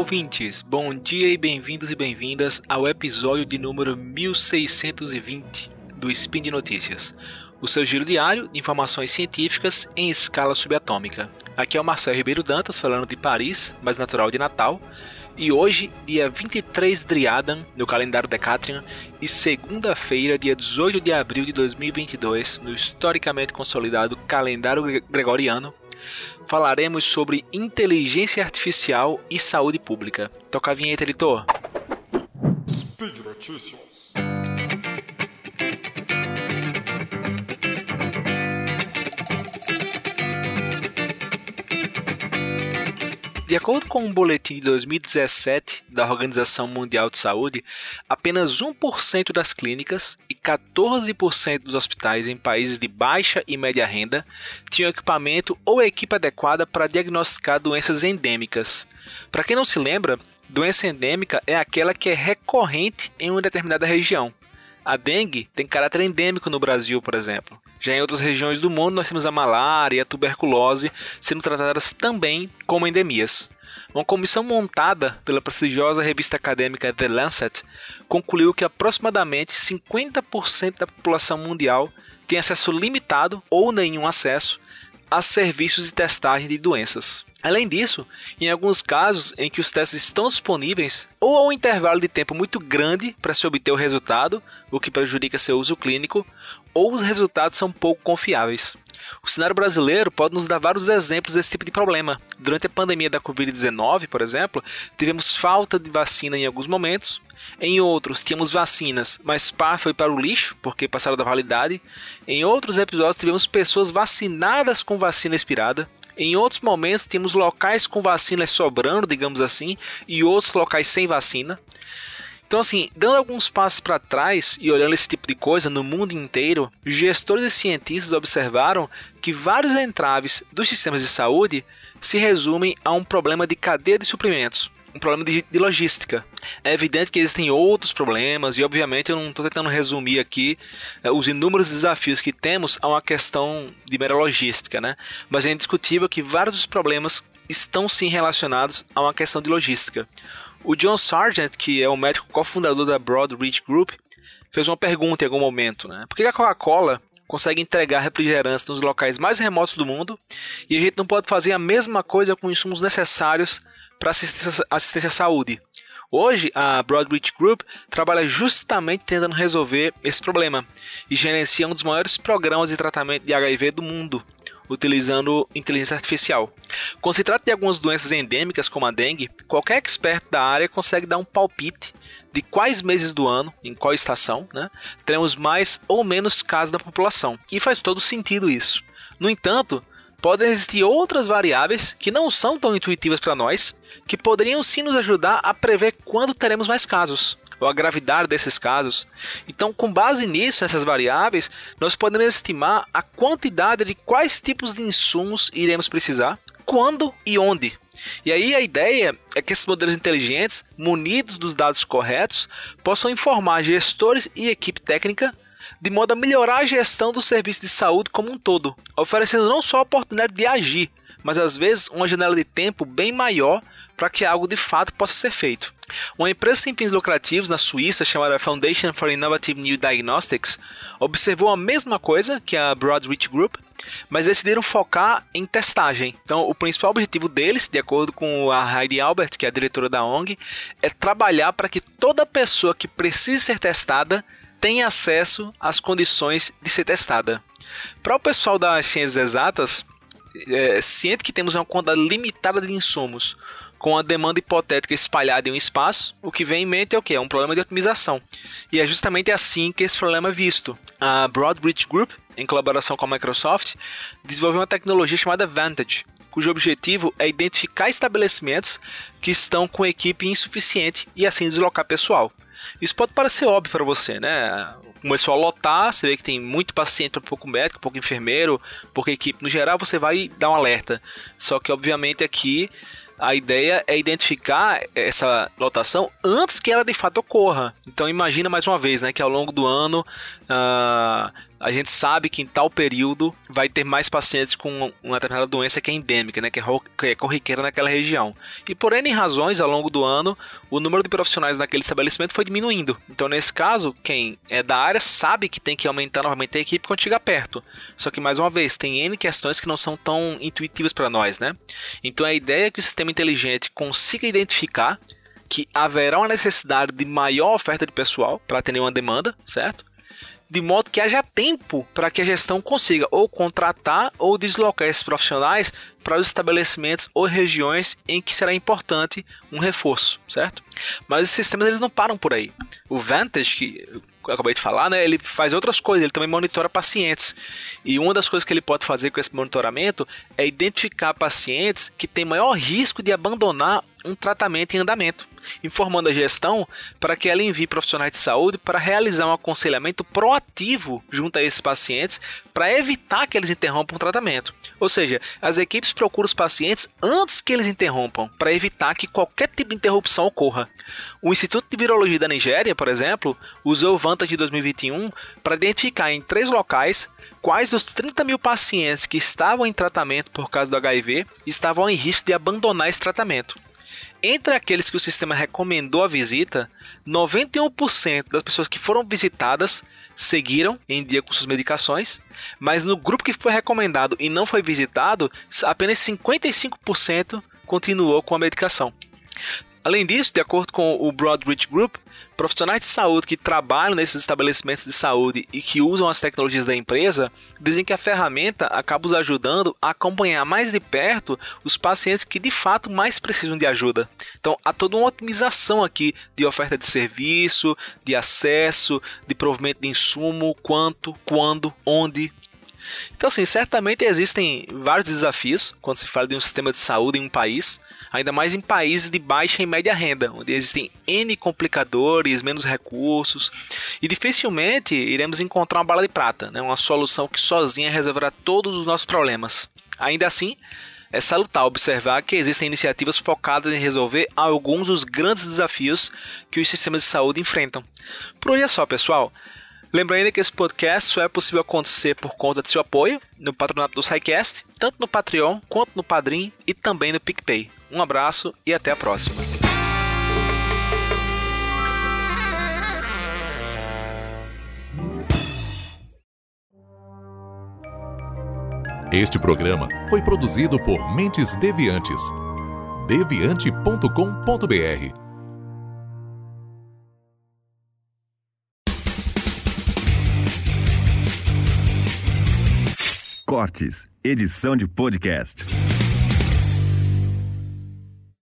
ouvintes, bom dia e bem-vindos e bem-vindas ao episódio de número 1620 do Spin de Notícias, o seu giro diário de informações científicas em escala subatômica. Aqui é o Marcelo Ribeiro Dantas falando de Paris, mas natural de Natal, e hoje, dia 23 Driadan, no calendário Decatrian, e segunda-feira, dia 18 de abril de 2022, no historicamente consolidado calendário gregoriano, falaremos sobre inteligência artificial e saúde pública. Toca a vinheta, editor. Speed Notícias. De acordo com um boletim de 2017 da Organização Mundial de Saúde, apenas 1% das clínicas e 14% dos hospitais em países de baixa e média renda tinham equipamento ou equipe adequada para diagnosticar doenças endêmicas. Para quem não se lembra, doença endêmica é aquela que é recorrente em uma determinada região. A dengue tem caráter endêmico no Brasil, por exemplo. Já em outras regiões do mundo, nós temos a malária e a tuberculose sendo tratadas também como endemias. Uma comissão montada pela prestigiosa revista acadêmica The Lancet concluiu que aproximadamente 50% da população mundial tem acesso limitado ou nenhum acesso a serviços de testagem de doenças. Além disso, em alguns casos em que os testes estão disponíveis, ou há um intervalo de tempo muito grande para se obter o resultado, o que prejudica seu uso clínico, ou os resultados são pouco confiáveis. O cenário brasileiro pode nos dar vários exemplos desse tipo de problema. Durante a pandemia da Covid-19, por exemplo, tivemos falta de vacina em alguns momentos. Em outros, tínhamos vacinas, mas parte foi para o lixo, porque passaram da validade. Em outros episódios, tivemos pessoas vacinadas com vacina expirada. Em outros momentos, tínhamos locais com vacinas sobrando, digamos assim, e outros locais sem vacina. Então, assim, dando alguns passos para trás e olhando esse tipo de coisa no mundo inteiro, gestores e cientistas observaram que vários entraves dos sistemas de saúde se resumem a um problema de cadeia de suprimentos, um problema de logística. É evidente que existem outros problemas e, obviamente, eu não estou tentando resumir aqui os inúmeros desafios que temos a uma questão de mera logística, né? Mas é indiscutível que vários dos problemas estão sim relacionados a uma questão de logística. O John Sargent, que é o médico cofundador da Broad Reach Group, fez uma pergunta em algum momento, né? Por que a Coca-Cola consegue entregar refrigerância nos locais mais remotos do mundo e a gente não pode fazer a mesma coisa com insumos necessários para assistência à saúde? Hoje, a Broad Reach Group trabalha justamente tentando resolver esse problema e gerencia um dos maiores programas de tratamento de HIV do mundo, utilizando inteligência artificial. Quando se trata de algumas doenças endêmicas como a dengue, qualquer expert da área consegue dar um palpite de quais meses do ano, em qual estação, né, teremos mais ou menos casos da população. E faz todo sentido isso. No entanto, podem existir outras variáveis que não são tão intuitivas para nós, que poderiam sim nos ajudar a prever quando teremos mais casos, ou a gravidade desses casos. Então, com base nisso, nessas variáveis, nós podemos estimar a quantidade de quais tipos de insumos iremos precisar, quando e onde. E aí a ideia é que esses modelos inteligentes, munidos dos dados corretos, possam informar gestores e equipe técnica de modo a melhorar a gestão do serviço de saúde como um todo, oferecendo não só a oportunidade de agir, mas às vezes uma janela de tempo bem maior para que algo de fato possa ser feito. Uma empresa sem fins lucrativos na Suíça, chamada Foundation for Innovative New Diagnostics, observou a mesma coisa que a Broad Reach Group, mas decidiram focar em testagem. Então, o principal objetivo deles, de acordo com a Heidi Albert, que é a diretora da ONG, é trabalhar para que toda pessoa que precise ser testada tenha acesso às condições de ser testada. Para o pessoal das ciências exatas, ciente que temos uma quantidade limitada de insumos, com a demanda hipotética espalhada em um espaço, o que vem em mente é o quê? É um problema de otimização. E é justamente assim que esse problema é visto. A Broad Reach Group, em colaboração com a Microsoft, desenvolveu uma tecnologia chamada Vantage, cujo objetivo é identificar estabelecimentos que estão com equipe insuficiente e assim deslocar pessoal. Isso pode parecer óbvio para você, né? Começou a lotar, você vê que tem muito paciente para pouco médico, pouco enfermeiro, pouca equipe no geral, você vai dar um alerta. Só que, obviamente, aqui a ideia é identificar essa lotação antes que ela de fato ocorra. Então imagina mais uma vez, né, que ao longo do ano a gente sabe que em tal período vai ter mais pacientes com uma determinada doença que é endêmica, né, que é corriqueira naquela região. E por N razões, ao longo do ano, o número de profissionais naquele estabelecimento foi diminuindo. Então, nesse caso, quem é da área sabe que tem que aumentar novamente a equipe quando chegar perto. Só que, mais uma vez, tem N questões que não são tão intuitivas para nós, né? Então, a ideia é que o sistema inteligente consiga identificar que haverá uma necessidade de maior oferta de pessoal para atender uma demanda, certo? De modo que haja tempo para que a gestão consiga ou contratar ou deslocar esses profissionais para os estabelecimentos ou regiões em que será importante um reforço, certo? Mas os sistemas eles não param por aí. O Vantage, que eu acabei de falar, né, ele faz outras coisas, ele também monitora pacientes. E uma das coisas que ele pode fazer com esse monitoramento é identificar pacientes que têm maior risco de abandonar um tratamento em andamento, informando a gestão para que ela envie profissionais de saúde para realizar um aconselhamento proativo junto a esses pacientes para evitar que eles interrompam o tratamento. Ou seja, as equipes procuram os pacientes antes que eles interrompam, para evitar que qualquer tipo de interrupção ocorra. O Instituto de Virologia da Nigéria, por exemplo, usou o Vantage de 2021 para identificar em 3 locais quais os 30 mil pacientes que estavam em tratamento por causa do HIV estavam em risco de abandonar esse tratamento. Entre aqueles que o sistema recomendou a visita, 91% das pessoas que foram visitadas seguiram em dia com suas medicações, mas no grupo que foi recomendado e não foi visitado, apenas 55% continuou com a medicação. Além disso, de acordo com o Broadreach Group, profissionais de saúde que trabalham nesses estabelecimentos de saúde e que usam as tecnologias da empresa dizem que a ferramenta acaba os ajudando a acompanhar mais de perto os pacientes que de fato mais precisam de ajuda. Então há toda uma otimização aqui de oferta de serviço, de acesso, de provimento de insumo, quanto, quando, onde. Então, assim, certamente existem vários desafios quando se fala de um sistema de saúde em um país, ainda mais em países de baixa e média renda, onde existem N complicadores, menos recursos, e dificilmente iremos encontrar uma bala de prata, né? Uma solução que sozinha resolverá todos os nossos problemas. Ainda assim, é salutar observar que existem iniciativas focadas em resolver alguns dos grandes desafios que os sistemas de saúde enfrentam. Por hoje é só, pessoal. Lembra ainda que esse podcast só é possível acontecer por conta de seu apoio no patronato do SciCast, tanto no Patreon quanto no Padrim e também no PicPay. Um abraço e até a próxima. Este programa foi produzido por Mentes Deviantes. deviante.com.br. Cortes, edição de podcast.